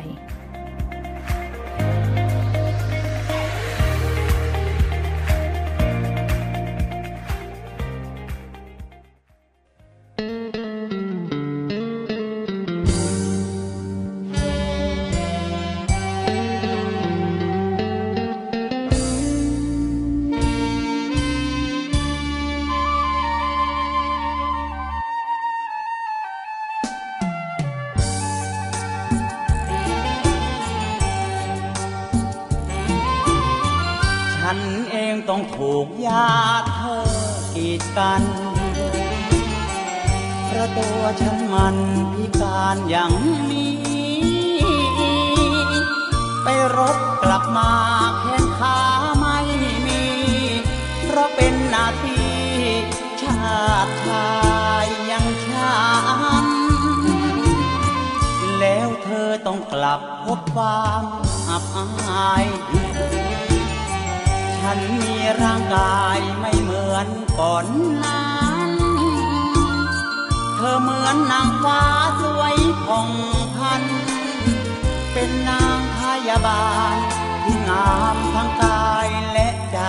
ต้องถูกญาติเธอกีดกันเพราะตัวฉันมันพิการอย่างนี้ไปรบกลับมาแขนขาไม่มีเพราะเป็นหน้าที่ชาติชายยังฉันแล้วเธอต้องกลับพบความอับอายฉันมีร่างกายไม่เหมือนก่อนนั้นเธอเหมือนนางฟ้าสวยผ่องพันเป็นนางพยาบาลที่งามทั้งกายและใจ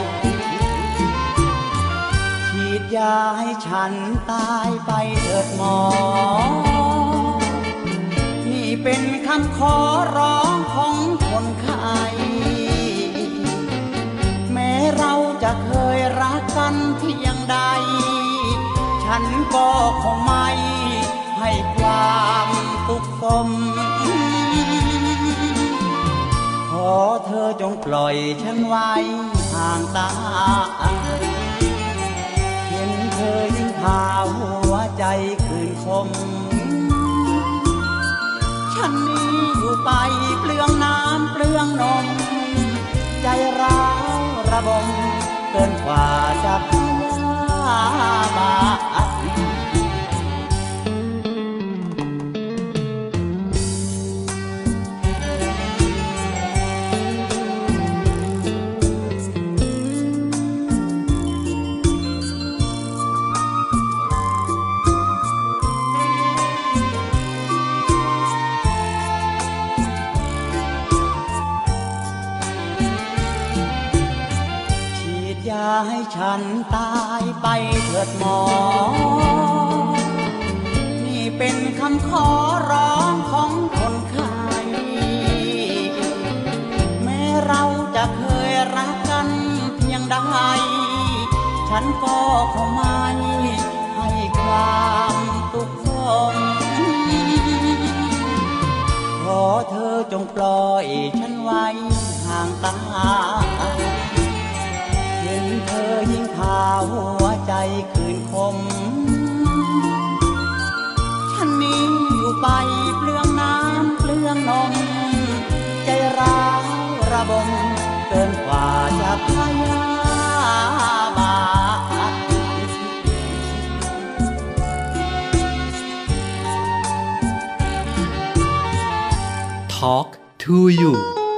ฉีดยาให้ฉันตายไปเถิดหมอนี่เป็นคำขอร้องของคนไข้เราจะเคยรักกันเพียงใดฉันก็คงไม่ให้ความสุขสมขอเธอจงปล่อยฉันไว้ห่างตาเห็นเธอยิ่งพาหัวใจคืนคมฉันนี้อยู่ไปเปลืองน้ำเปลืองนมใจร้าวระบมเกินกว่าจะพาบาให้ฉันตายไปเถิดหมอนี่เป็นคำขอร้องของคนไข้แม้เราจะเคยรักกันเพียงใดฉันก็คงไม่ให้ความสุขสมขอเธอจงปล่อยฉันไว้ห่างตาเธอยิ่งพาหัวใจคืนคมฉันนี้อยู่ไปเปลืองน้ำเปลืองนมใจร้าวระบมเกินกว่าจะพยาบาท Talk to you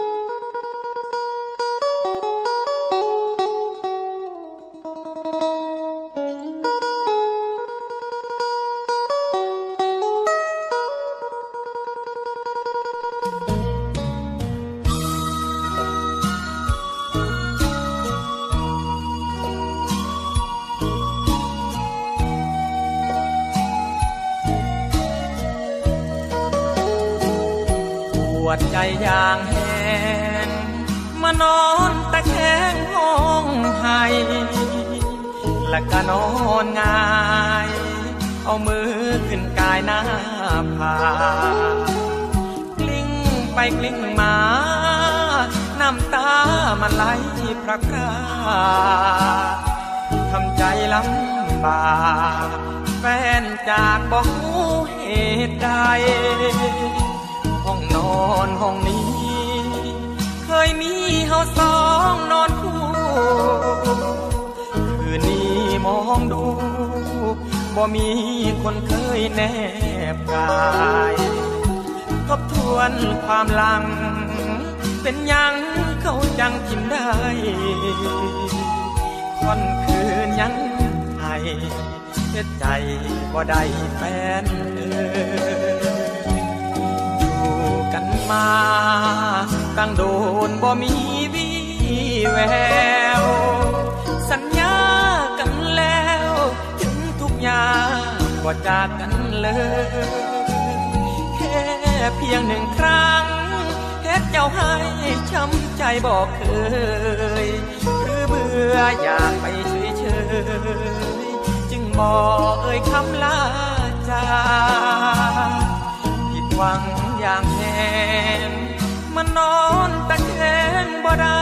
ใจอย่างแห้งมานอนตะแคงห้องไห้และก็นอนง่ายเอามือขึ้นกายหน้าผากลิ้งไปกลิ้งมาน้ำตามันไหลพระพราทำใจลำบากแฟนจากบอกเหตุใดห้องนอนห้องนี้เคยมีเฮาสองนอนคู่คืนนี้มองดูบ่มีคนเคยแนบกายทบทวนความหลังเป็นยังเขาจังกินได้ค่ำคืนยังไห้เฮ็ดใจบ่ได้แฟนเอ่ยอยู่กันมาตั้งโดนบ่มีวี่แววสัญญากันแล้วถึงทุกอย่างบ่จากกันเลยแค่เพียงหนึ่งครั้งเฮ็ดเจ้าให้ช้ำใจบอกเคยหรือเบื่ออยากไปเฉยๆจึงบอกเอ่ยคำลาจากผิดหวังอย่างแน่มานอนตะแคงบ่ได้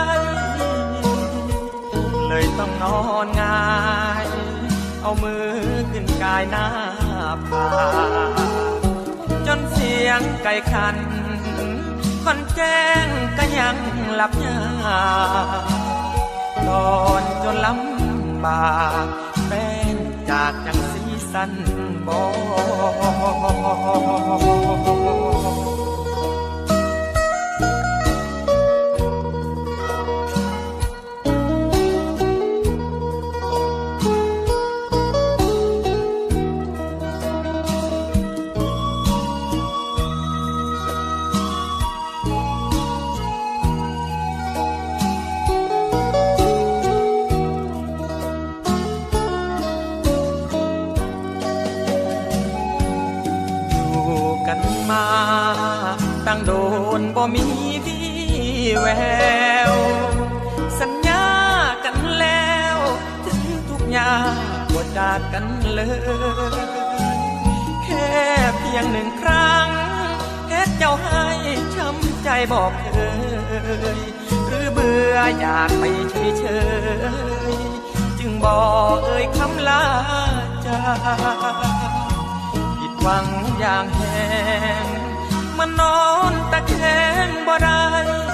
เลยต้องนอนง่ายเอามือขึ้นกายหน้าผาจนเสียงไก่ขันคนแจ้งก็ยังหลับยานอนจนลำบากเป็นจากจังสีสันบ่ตั้งโดนบ่มีวี่แววสัญญากันแล้วถึงทุกอย่างบ่จากกันเลยแค่เพียงหนึ่งครั้งเฮ็ดเจ้าให้ช้ำใจบอกเคยหรือเบื่ออยากไปเฉยๆจึงบอกเอ่ยคำลาจากผิดหวังอย่างแห้งมานอนตะแคงบ่ได้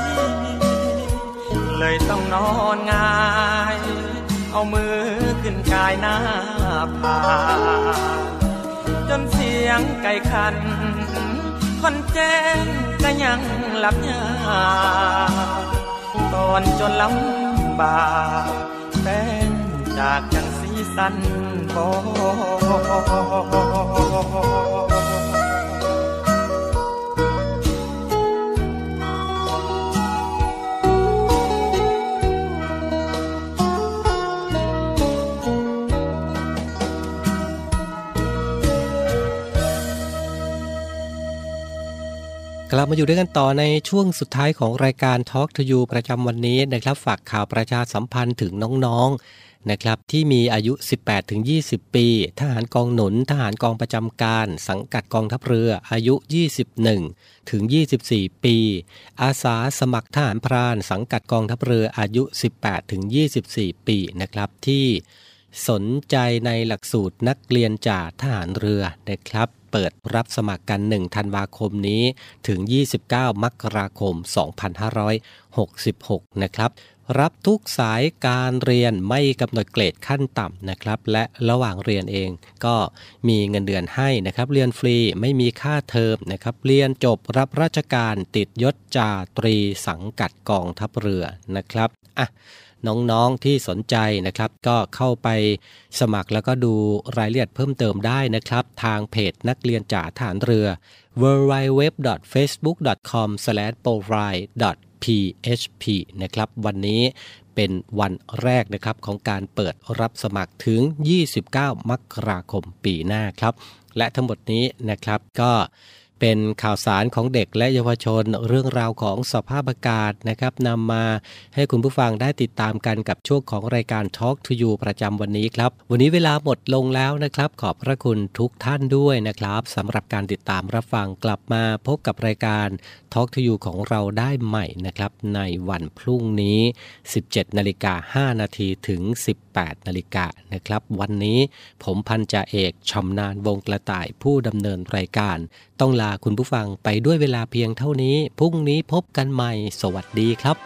เลยต้องนอนง่ายเอามือขึ้นกายหน้าผาจนเสียงไก่ขันคนแจ้งก็ยังหลับยาตอนจนลำบากเป็นจากจังสีสันบ่กลับมาอยู่ด้วยกันต่อในช่วงสุดท้ายของรายการ Talk to You ประจำวันนี้นะครับฝากข่าวประชาสัมพันธ์ถึงน้องๆนะครับที่มีอายุ สิบแปดถึงยี่สิบ ปีทหารกองหนุนทหารกองประจำการสังกัดกองทัพเรืออายุ ยี่สิบเอ็ดถึงยี่สิบสี่ ปีอาสาสมัครทหารพรานสังกัดกองทัพเรืออายุ สิบแปดถึงยี่สิบสี่ ปีนะครับที่สนใจในหลักสูตรนักเรียนจ่าทหารเรือนะครับเปิดรับสมัครกันหนึ่งธันวาคมนี้ถึงยี่สิบเก้ามกราคมสองพันห้าร้อยหกสิบหกนะครับรับทุกสายการเรียนไม่กำหนดเกรดขั้นต่ำนะครับและระหว่างเรียนเองก็มีเงินเดือนให้นะครับเรียนฟรีไม่มีค่าเทอมนะครับเรียนจบรับราชการติดยศจ่าตรีสังกัดกองทัพเรือนะครับอ่ะน้องๆที่สนใจนะครับก็เข้าไปสมัครแล้วก็ดูรายละเอียดเพิ่มเติมได้นะครับทางเพจนักเรียนจ่าทหารเรือ ดับเบิลยู ดับเบิลยู ดับเบิลยู ดอท เฟซบุ๊ก ดอท คอม สแลช โปรไฟล์ ดอท พี เอช พี นะครับวันนี้เป็นวันแรกนะครับของการเปิดรับสมัครถึงยี่สิบเก้ามกราคมปีหน้าครับและทั้งหมดนี้นะครับก็เป็นข่าวสารของเด็กและเยาวชนเรื่องราวของสภาพอากาศนะครับนำมาให้คุณผู้ฟังได้ติดตามกันกับช่วงของรายการ Talk to You ประจำวันนี้ครับวันนี้เวลาหมดลงแล้วนะครับขอบพระคุณทุกท่านด้วยนะครับสำหรับการติดตามรับฟังกลับมาพบกับรายการ Talk to You ของเราได้ใหม่นะครับในวันพรุ่งนี้ สิบเจ็ดนาฬิกาห้านาทีถึง สิบแปดนาฬิกานะครับวันนี้ผมพันจ่าเอกชำนาญวงกระต่ายผู้ดำเนินรายการต้องลาคุณผู้ฟังไปด้วยเวลาเพียงเท่านี้พรุ่งนี้พบกันใหม่สวัสดีครับ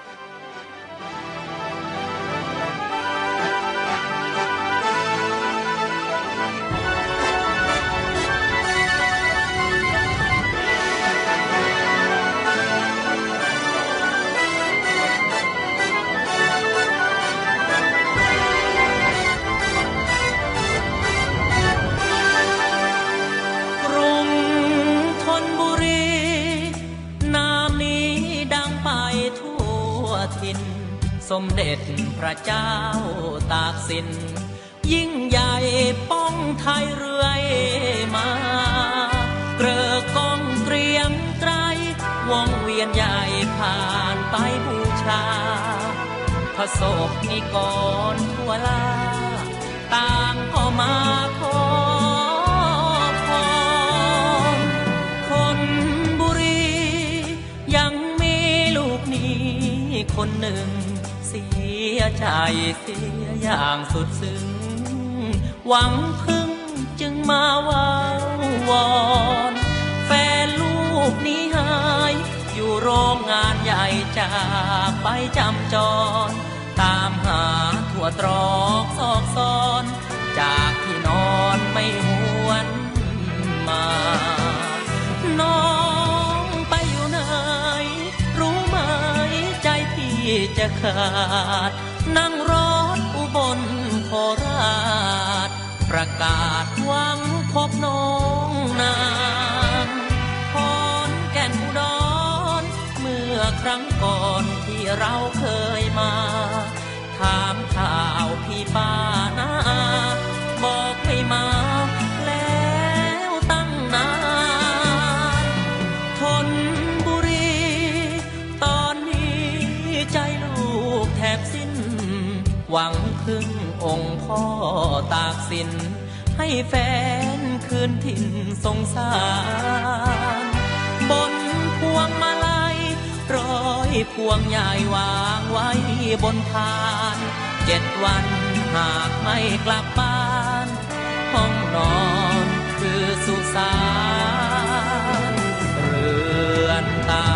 สมเด็จพระเจ้าตากสินยิ่งใหญ่ป้องไทยเรื่อยมาเกลอกองเกรียงไกรวงเวียนใหญ่ผ่านไปบูชาพระศพนิกรทั่วลาต่างก็มาขอพรคนบุรียังมีลูกนี้คนหนึ่งเสียใจเสียอย่างสุดซึ้งหวังพึ่งจึงมาวาววอนแฟนลูกนี้หายอยู่โรงงานใหญ่จากไปจำจรตามหาทั่วตรอกซอกซอนจากที่นอนไม่หวนมาน้องไปอยู่ไหนรู้ไหมใจพี่จะขาดนั่งรถอุบลโคราชประกาศหวังพบน้องนางขอนแก่นอุดรเมื่อครั้งก่อนที่เราเคยมาถามข่าวพี่ป้านาบอกให้มาแล้วตั้งนานทนบุรีตอนนี้ใจลูกแทบสิ้นหวังพึ่งองค์พ่อตากสินให้แฟนคืนถิ่นสงสารบนพวงมาลัยร้อยพวงใหญ่วางไว้บนพานเจ็ดวันหากไม่กลับบ้านห้องนอนคือสุสานเรือนตาย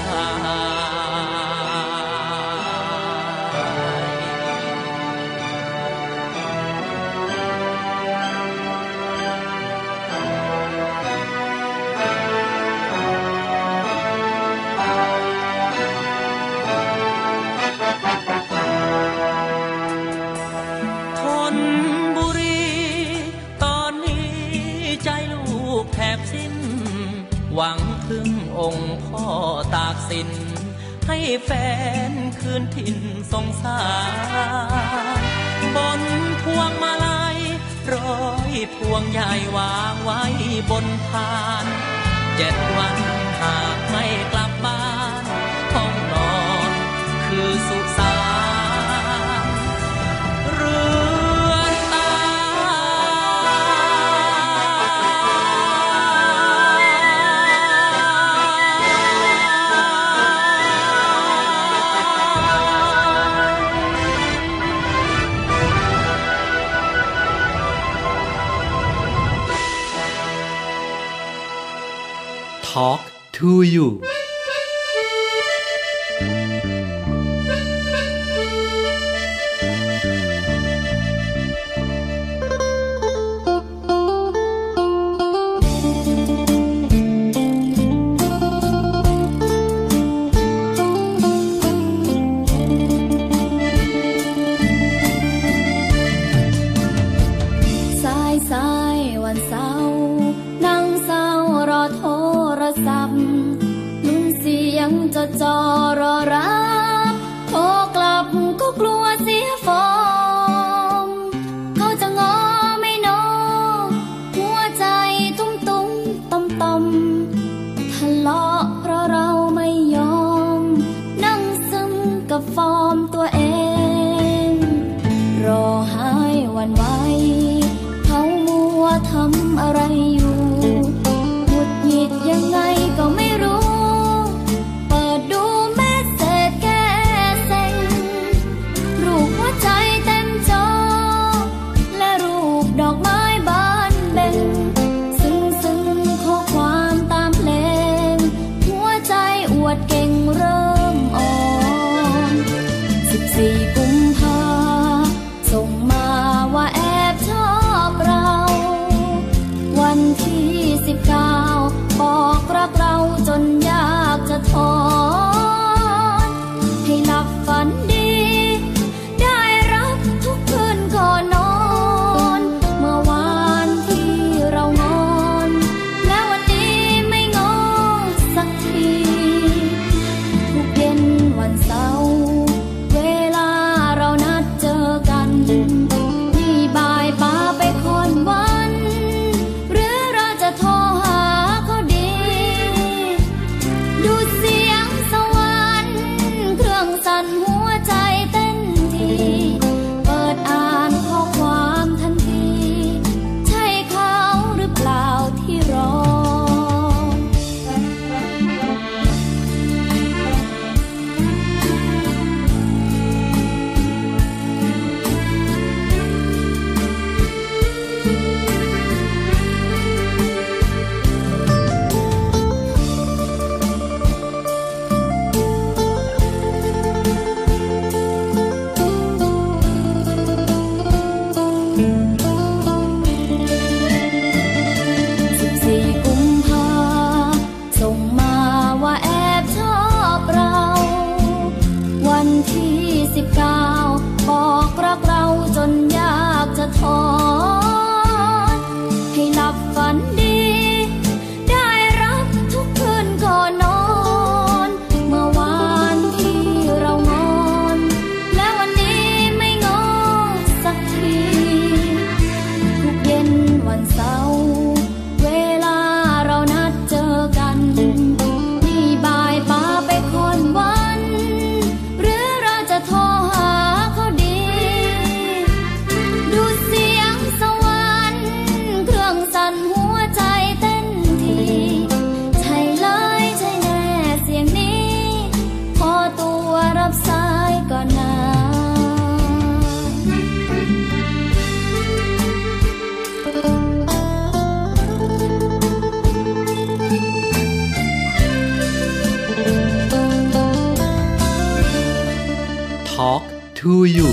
หวังพึ่งองค์พ่อตากสินให้แฟนคืนถิ่นสงสารบนพวงมาลัยร้อยพวงใหญ่วางไว้บนพานเจ็ดวันหากไม่กลับบ้านห้องนอนคือสุสานเรือนตาย Talk to you สายสายวันเสาร์นั่งเศร้ารอโทรศัพท์ลุ้นเสียงจดจ่อรอรับโทรกลับก็กลัวเสียฟอร์มเขาจะงอไม่นอหัวใจตุ้มตุ้มต่อมต่อมทะเลาะเพราะเราไม่ยอมนั่งซึมกับฟอร์มตัวเองรอหายวันไหวเขามัวทำอะไรอยู่หงุดหงิดยังไงก็ไม่รู้เปิดดูเมสเสจแก to You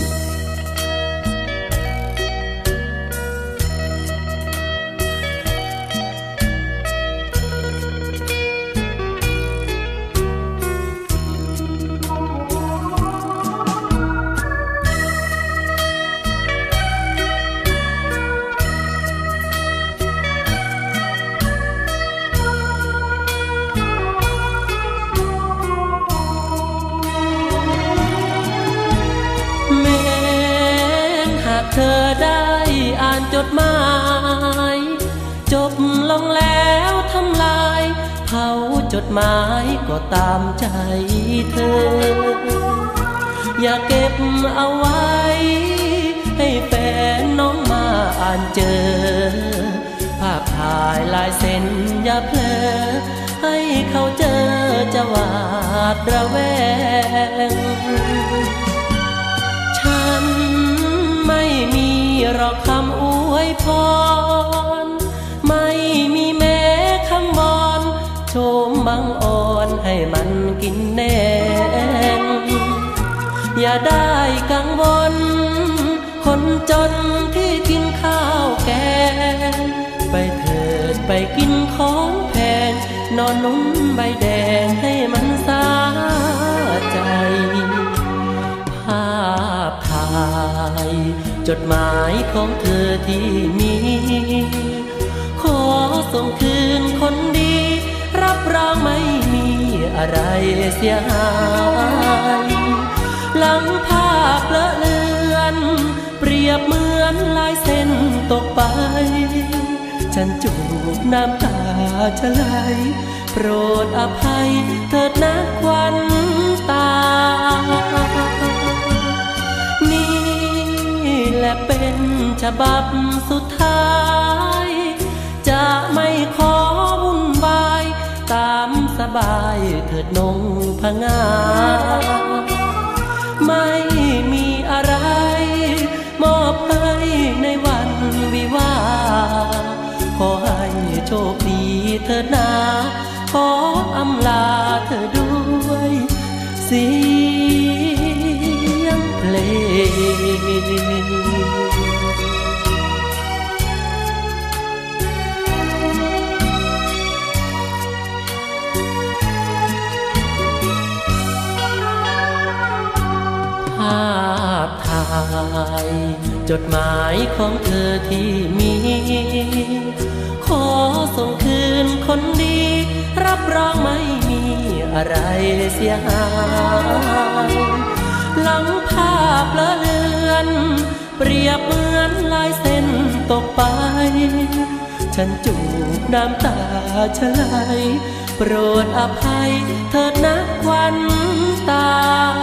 เธอได้อ่านจดหมายจบลงแล้วทำลายเผาจดหมายก็ตามใจเธออย่าเก็บเอาไว้ให้แฟนน้องมาอ่านเจอภาพถ่ายลายเซ็นอย่าเพลอให้เขาเจอจะหวาดระแวงฉันไม่มีหรอกคำอวยพรไม่มีแม้คำบอนโชมบังอ่อนให้มันกินแน่อย่าได้กังวลคนจนที่กินข้าวแกงไปเถิดไปกินของแพงนอนนุ่มใบแดงให้มันสาใจภาพถ่ายจดหมายของเธอที่มีขอส่งคืนคนดีรับรองไม่มีอะไรเสียหายหลังภาพเลอะเลือนเปรียบเหมือนลายเส้นตกไปฉันจูบน้ำตาจะไหลโปรดอภัยเถิดนะควันตานี่แหละเป็นฉบับสุดท้ายจะไม่ขอวุ่นวายตามสบายเถิดนงพงาไม่มีอะไรมอบให้ในวันวิวาห์ขอให้โชคดีเถิดนาขออำลาเธอด้วยเสียงเพลงภาพถ่ายจดหมายของเธอที่มีขอส่งคืนคนดีรับรองไม่มีอะไรเสียหายหลังภาพเลอะเลือนเปรียบเหมือนลายเส้นตกไปฉันจูบน้ำตาจะไหลโปรดอภัยเถิดนะควันตา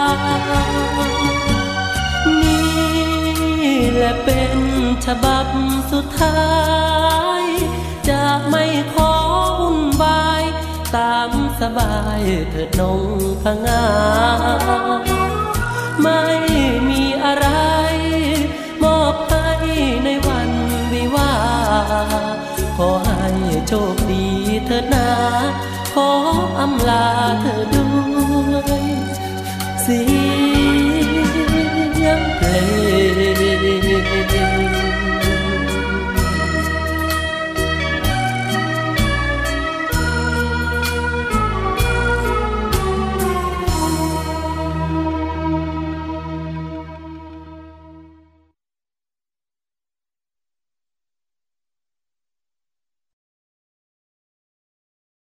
นี่แหละเป็นฉบับสุดท้ายจะไม่ขอวุ่นวายตามสบายเถิดนงพงาไม่มีอะไรมอบให้ในวันวิวาห์ขอให้โชคดีเถิดนาขออำลาเธอด้วยเสี